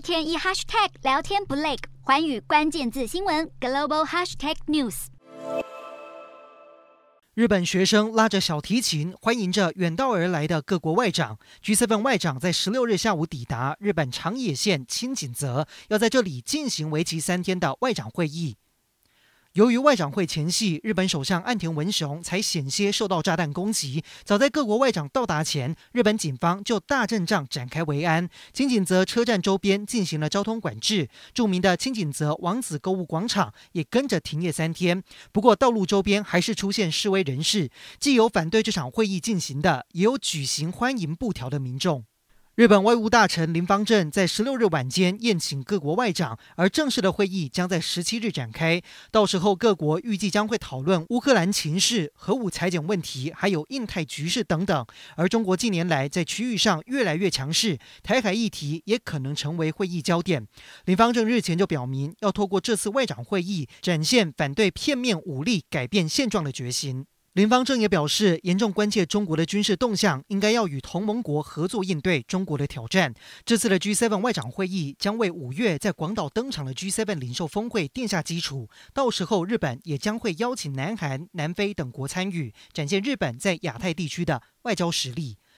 天一 hashtag 聊天不累，寰宇关键字新闻 global hashtag news。 日本学生拉着小提琴，欢迎着远道而来的各国外长。G7 外长在16日下午抵达日本长野县轻井泽，要在这里进行为期3天的外长会议。由于外长会前夕，日本首相岸田文雄才险些受到炸弹攻击。早在各国外长到达前，日本警方就大阵仗展开维安，轻井泽车站周边进行了交通管制，著名的轻井泽王子购物广场也跟着停业3天。不过，道路周边还是出现示威人士，既有反对这场会议进行的，也有举行欢迎布条的民众。日本外务大臣林芳正在16日晚间宴请各国外长，而正式的会议将在17日展开。到时候，各国预计将会讨论乌克兰情势、核武裁减问题，还有印太局势等等。而中国近年来在区域上越来越强势，台海议题也可能成为会议焦点。林芳正日前就表明，要透过这次外长会议，展现反对片面武力改变现状的决心。林芳正也表示，严重关切中国的军事动向，应该要与同盟国合作应对中国的挑战。这次的 G7 外长会议将为5月在广岛登场的 G7 领袖峰会奠下基础。到时候，日本也将会邀请南韩、南非等国参与，展现日本在亚太地区的外交实力。